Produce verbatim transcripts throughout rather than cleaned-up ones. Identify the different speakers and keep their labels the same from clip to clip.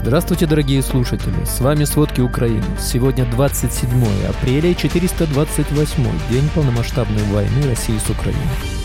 Speaker 1: Здравствуйте, дорогие слушатели! С вами «Сводки Украины». Сегодня двадцать седьмое апреля и четыреста двадцать восьмой день полномасштабной войны России с Украиной.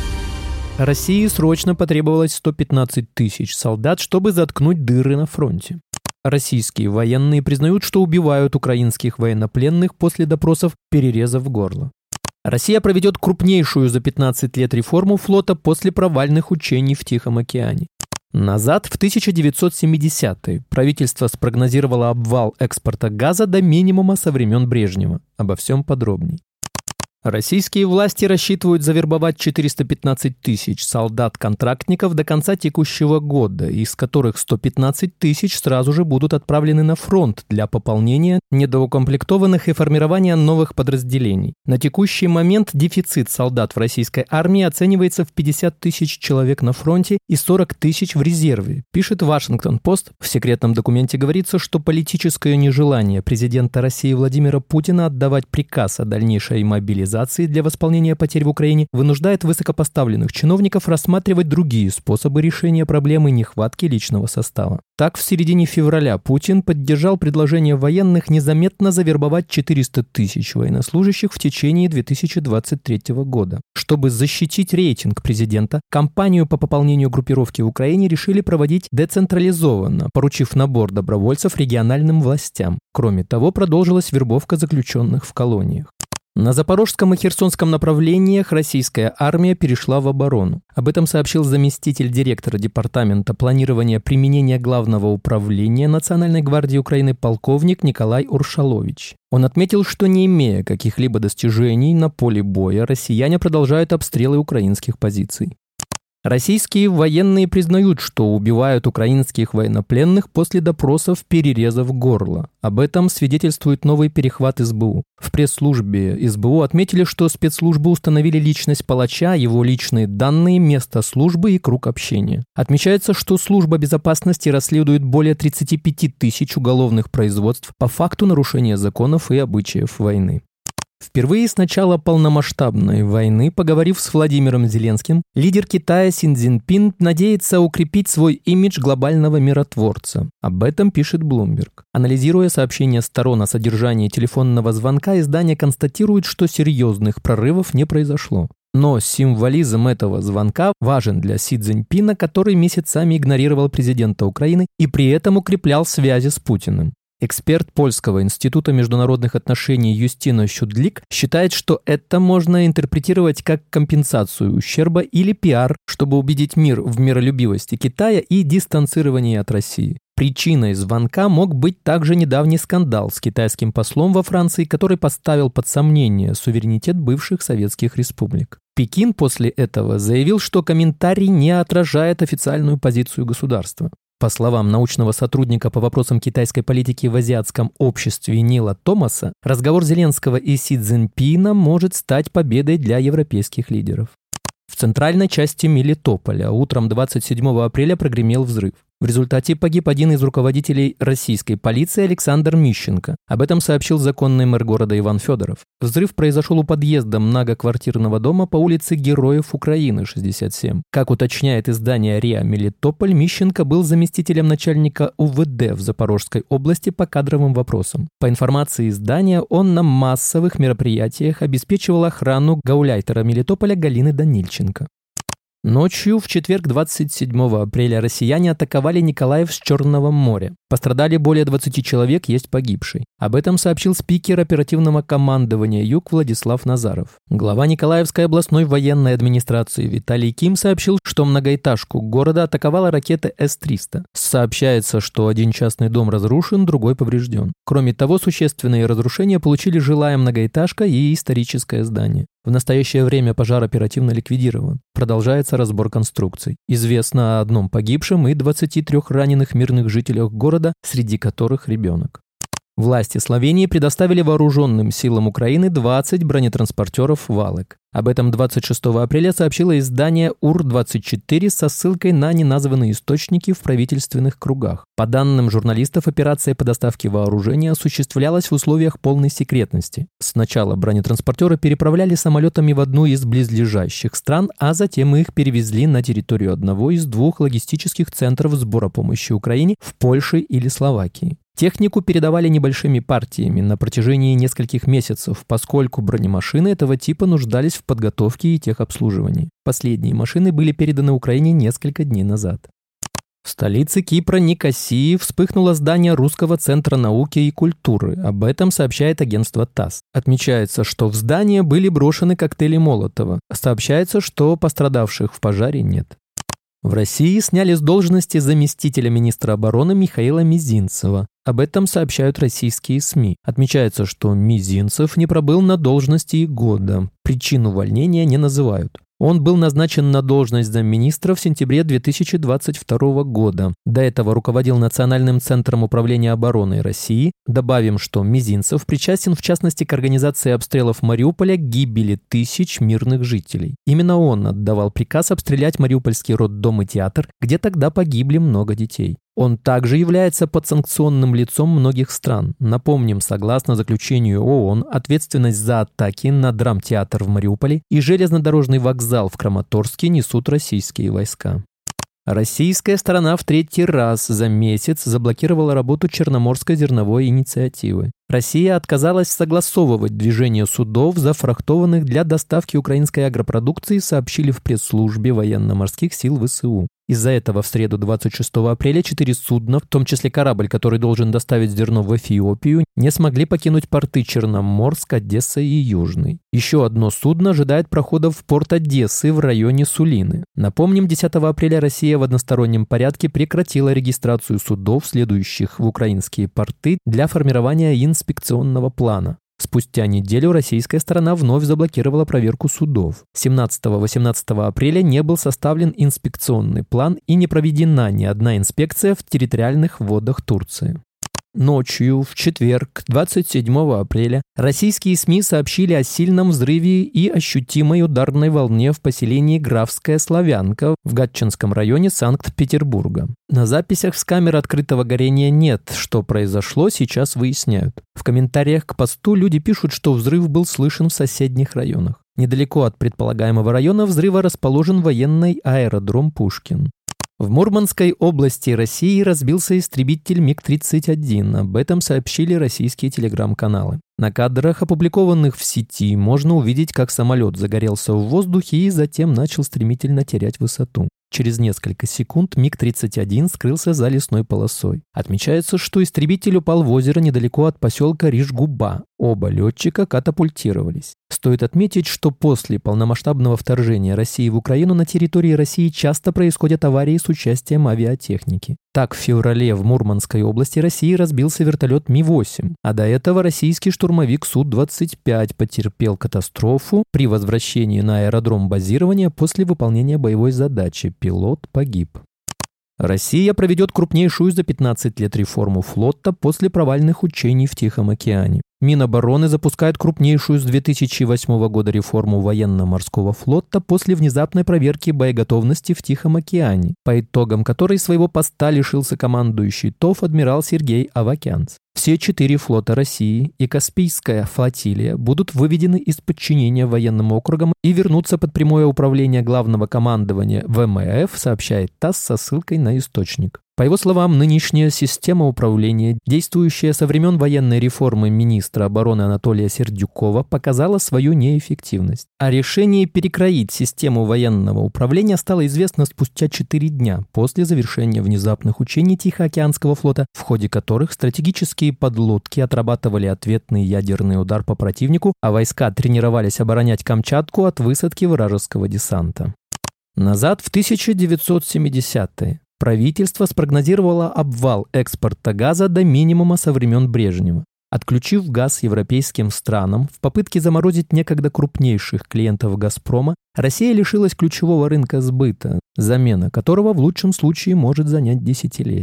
Speaker 1: России срочно потребовалось сто пятнадцать тысяч солдат, чтобы заткнуть дыры на фронте. Российские военные признают, что убивают украинских военнопленных после допросов, перерезав горло. Россия проведет крупнейшую за пятнадцать лет реформу флота после провальных учений в Тихом океане. Назад, в тысяча девятьсот семидесятые, правительство спрогнозировало обвал экспорта газа до минимума со времен Брежнева. Обо всем подробней. Российские власти рассчитывают завербовать четыреста пятнадцать тысяч солдат-контрактников до конца текущего года, из которых сто пятнадцать тысяч сразу же будут отправлены на фронт для пополнения недоукомплектованных и формирования новых подразделений. На текущий момент дефицит солдат в российской армии оценивается в пятьдесят тысяч человек на фронте и сорок тысяч в резерве, пишет Вашингтон-Пост. В секретном документе говорится, что политическое нежелание президента России Владимира Путина отдавать приказ о дальнейшей мобилизации для восполнения потерь в Украине вынуждает высокопоставленных чиновников рассматривать другие способы решения проблемы нехватки личного состава. Так, в середине февраля Путин поддержал предложение военных незаметно завербовать четыреста тысяч военнослужащих в течение две тысячи двадцать третьего года. Чтобы защитить рейтинг президента, кампанию по пополнению группировки в Украине решили проводить децентрализованно, поручив набор добровольцев региональным властям. Кроме того, продолжилась вербовка заключенных в колониях. На Запорожском и Херсонском направлениях российская армия перешла в оборону. Об этом сообщил заместитель директора Департамента планирования применения Главного управления Национальной гвардии Украины полковник Николай Уршалович. Он отметил, что не имея каких-либо достижений на поле боя, россияне продолжают обстрелы украинских позиций. Российские военные признают, что убивают украинских военнопленных после допросов, перерезав горло. Об этом свидетельствует новый перехват эс бэ у. В пресс-службе эс бэ у отметили, что спецслужбы установили личность палача, его личные данные, место службы и круг общения. Отмечается, что служба безопасности расследует более тридцати пяти тысяч уголовных производств по факту нарушения законов и обычаев войны. Впервые с начала полномасштабной войны, поговорив с Владимиром Зеленским, лидер Китая Си Цзиньпин надеется укрепить свой имидж глобального миротворца. Об этом пишет Bloomberg. Анализируя сообщения сторон о содержании телефонного звонка, издание констатирует, что серьезных прорывов не произошло. Но символизм этого звонка важен для Си Цзиньпина, который месяцами игнорировал президента Украины и при этом укреплял связи с Путиным. Эксперт Польского института международных отношений Юстина Щудлик считает, что это можно интерпретировать как компенсацию ущерба или пиар, чтобы убедить мир в миролюбивости Китая и дистанцировании от России. Причиной звонка мог быть также недавний скандал с китайским послом во Франции, который поставил под сомнение суверенитет бывших советских республик. Пекин после этого заявил, что комментарий не отражает официальную позицию государства. По словам научного сотрудника по вопросам китайской политики в азиатском обществе Нила Томаса, разговор Зеленского и Си Цзиньпина может стать победой для европейских лидеров. В центральной части Мелитополя утром двадцать седьмого апреля прогремел взрыв. В результате погиб один из руководителей российской полиции Александр Мищенко. Об этом сообщил законный мэр города Иван Федоров. Взрыв произошел у подъезда многоквартирного дома по улице Героев Украины, шестьдесят семь. Как уточняет издание РИА Мелитополь, Мищенко был заместителем начальника у вэ дэ в Запорожской области по кадровым вопросам. По информации издания, он на массовых мероприятиях обеспечивал охрану гауляйтера Мелитополя Галины Данильченко. Ночью в четверг двадцать седьмого апреля россияне атаковали Николаев с Черного моря. Пострадали более двадцати человек, есть погибший. Об этом сообщил спикер оперативного командования «Юг» Владислав Назаров. Глава Николаевской областной военной администрации Виталий Ким сообщил, что многоэтажку города атаковала ракета эс триста. Сообщается, что один частный дом разрушен, другой поврежден. Кроме того, существенные разрушения получили жилая многоэтажка и историческое здание. В настоящее время пожар оперативно ликвидирован. Продолжается разбор конструкций. Известно о одном погибшем и двадцати трёх раненых мирных жителях города, среди которых ребенок. Власти Словении предоставили вооруженным силам Украины двадцать бронетранспортеров «Валек». Об этом двадцать шестого апреля сообщило издание ур двадцать четыре со ссылкой на неназванные источники в правительственных кругах. По данным журналистов, операция по доставке вооружения осуществлялась в условиях полной секретности. Сначала бронетранспортеры переправляли самолетами в одну из близлежащих стран, а затем их перевезли на территорию одного из двух логистических центров сбора помощи Украине в Польше или Словакии. Технику передавали небольшими партиями на протяжении нескольких месяцев, поскольку бронемашины этого типа нуждались в подготовке и техобслуживании. Последние машины были переданы Украине несколько дней назад. В столице Кипра Никосии вспыхнуло здание Русского центра науки и культуры. Об этом сообщает агентство ТАСС. Отмечается, что в здание были брошены коктейли Молотова. Сообщается, что пострадавших в пожаре нет. В России сняли с должности заместителя министра обороны Михаила Мизинцева. Об этом сообщают российские СМИ. Отмечается, что Мизинцев не пробыл на должности и года. Причину увольнения не называют. Он был назначен на должность замминистра в сентябре две тысячи двадцать второго года. До этого руководил Национальным центром управления обороной России. Добавим, что Мизинцев причастен в частности к организации обстрелов Мариуполя, гибели тысяч мирных жителей. Именно он отдавал приказ обстрелять Мариупольский роддом и театр, где тогда погибли много детей. Он также является подсанкционным лицом многих стран. Напомним, согласно заключению ООН, ответственность за атаки на драмтеатр в Мариуполе и железнодорожный вокзал в Краматорске несут российские войска. Российская сторона в третий раз за месяц заблокировала работу Черноморской зерновой инициативы. Россия отказалась согласовывать движение судов, зафрахтованных для доставки украинской агропродукции, сообщили в пресс-службе военно-морских сил ВСУ. Из-за этого в среду двадцать шестого апреля четыре судна, в том числе корабль, который должен доставить зерно в Эфиопию, не смогли покинуть порты Черноморск, Одесса и Южный. Еще одно судно ожидает прохода в порт Одессы в районе Сулины. Напомним, десятого апреля Россия в одностороннем порядке прекратила регистрацию судов, следующих в украинские порты, для формирования инспекционного плана. Спустя неделю российская сторона вновь заблокировала проверку судов. семнадцатого-восемнадцатого апреля не был составлен инспекционный план и не проведена ни одна инспекция в территориальных водах Турции. Ночью, в четверг, двадцать седьмого апреля, российские СМИ сообщили о сильном взрыве и ощутимой ударной волне в поселении Графская Славянка в Гатчинском районе Санкт-Петербурга. На записях с камер открытого горения нет. Что произошло, сейчас выясняют. В комментариях к посту люди пишут, что взрыв был слышен в соседних районах. Недалеко от предполагаемого района взрыва расположен военный аэродром Пушкин. В Мурманской области России разбился истребитель миг тридцать один. Об этом сообщили российские телеграм-каналы. На кадрах, опубликованных в сети, можно увидеть, как самолет загорелся в воздухе и затем начал стремительно терять высоту. Через несколько секунд миг тридцать один скрылся за лесной полосой. Отмечается, что истребитель упал в озеро недалеко от поселка Рижгуба. Оба летчика катапультировались. Стоит отметить, что после полномасштабного вторжения России в Украину на территории России часто происходят аварии с участием авиатехники. Так, в феврале в Мурманской области России разбился вертолет Ми восемь, а до этого российский штурмовик Су двадцать пять потерпел катастрофу при возвращении на аэродром базирования после выполнения боевой задачи. Пилот погиб. Россия проведет крупнейшую за пятнадцать лет реформу флота после провальных учений в Тихом океане. Минобороны запускает крупнейшую с две тысячи восьмого года реформу военно-морского флота после внезапной проверки боеготовности в Тихом океане, по итогам которой своего поста лишился командующий ТОВ адмирал Сергей Авакянц. Все четыре флота России и Каспийская флотилия будут выведены из подчинения военным округам и вернутся под прямое управление главного командования ВМФ, сообщает ТАСС со ссылкой на источник. По его словам, нынешняя система управления, действующая со времен военной реформы министра обороны Анатолия Сердюкова, показала свою неэффективность. А решение перекроить систему военного управления стало известно спустя четыре дня после завершения внезапных учений Тихоокеанского флота, в ходе которых стратегические подлодки отрабатывали ответный ядерный удар по противнику, а войска тренировались оборонять Камчатку от высадки вражеского десанта. Назад в тысяча девятьсот семидесятые. Правительство спрогнозировало обвал экспорта газа до минимума со времен Брежнева. Отключив газ европейским странам в попытке заморозить некогда крупнейших клиентов «Газпрома», Россия лишилась ключевого рынка сбыта, замена которого в лучшем случае может занять десятилетия.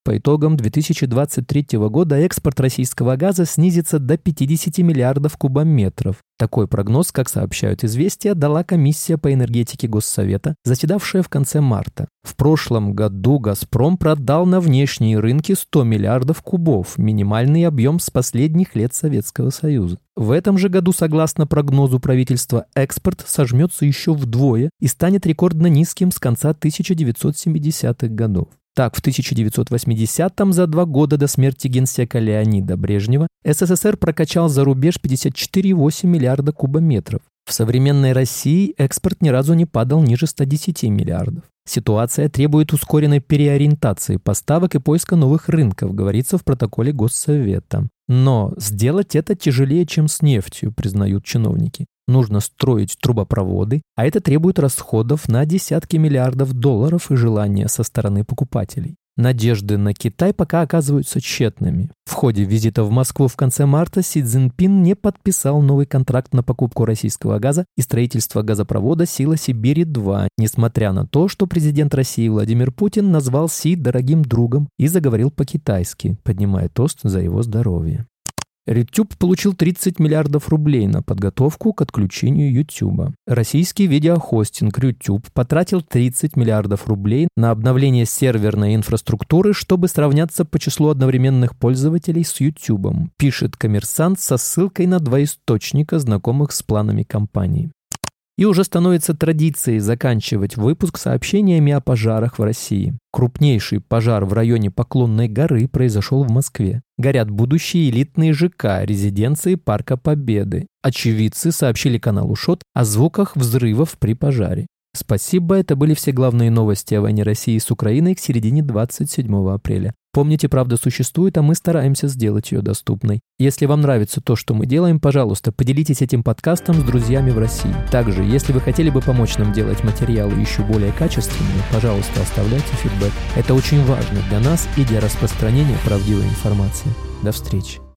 Speaker 1: По итогам две тысячи двадцать третьего года экспорт российского газа снизится до пятидесяти миллиардов кубометров. Такой прогноз, как сообщают «Известия», дала комиссия по энергетике Госсовета, заседавшая в конце марта. В прошлом году «Газпром» продал на внешние рынки сто миллиардов кубов, минимальный объем с последних лет Советского Союза. В этом же году, согласно прогнозу правительства, экспорт сожмется еще вдвое и станет рекордно низким с конца тысяча девятьсот семидесятых годов. Так, в тысяча девятьсот восьмидесятом, за два года до смерти генсека Леонида Брежнева, СССР прокачал за рубеж пятьдесят четыре целых восемь десятых миллиарда кубометров. В современной России экспорт ни разу не падал ниже ста десяти миллиардов. Ситуация требует ускоренной переориентации поставок и поиска новых рынков, говорится в протоколе Госсовета. Но сделать это тяжелее, чем с нефтью, признают чиновники. Нужно строить трубопроводы, а это требует расходов на десятки миллиардов долларов и желания со стороны покупателей. Надежды на Китай пока оказываются тщетными. В ходе визита в Москву в конце марта Си Цзиньпин не подписал новый контракт на покупку российского газа и строительство газопровода «Сила Сибири-два», несмотря на то, что президент России Владимир Путин назвал Си дорогим другом и заговорил по-китайски, поднимая тост за его здоровье. Рутюб получил тридцать миллиардов рублей на подготовку к отключению Ютуба. Российский видеохостинг Рутюб потратил тридцать миллиардов рублей на обновление серверной инфраструктуры, чтобы сравняться по числу одновременных пользователей с Ютубом, пишет «Коммерсант» со ссылкой на два источника, знакомых с планами компании. И уже становится традицией заканчивать выпуск сообщениями о пожарах в России. Крупнейший пожар в районе Поклонной горы произошел в Москве. Горят будущие элитные ЖК, резиденции Парка Победы. Очевидцы сообщили каналу ШОТ о звуках взрывов при пожаре. Спасибо, это были все главные новости о войне России с Украиной к середине двадцать седьмого апреля. Помните, правда существует, а мы стараемся сделать ее доступной. Если вам нравится то, что мы делаем, пожалуйста, поделитесь этим подкастом с друзьями в России. Также, если вы хотели бы помочь нам делать материалы еще более качественными, пожалуйста, оставляйте фидбэк. Это очень важно для нас и для распространения правдивой информации. До встречи.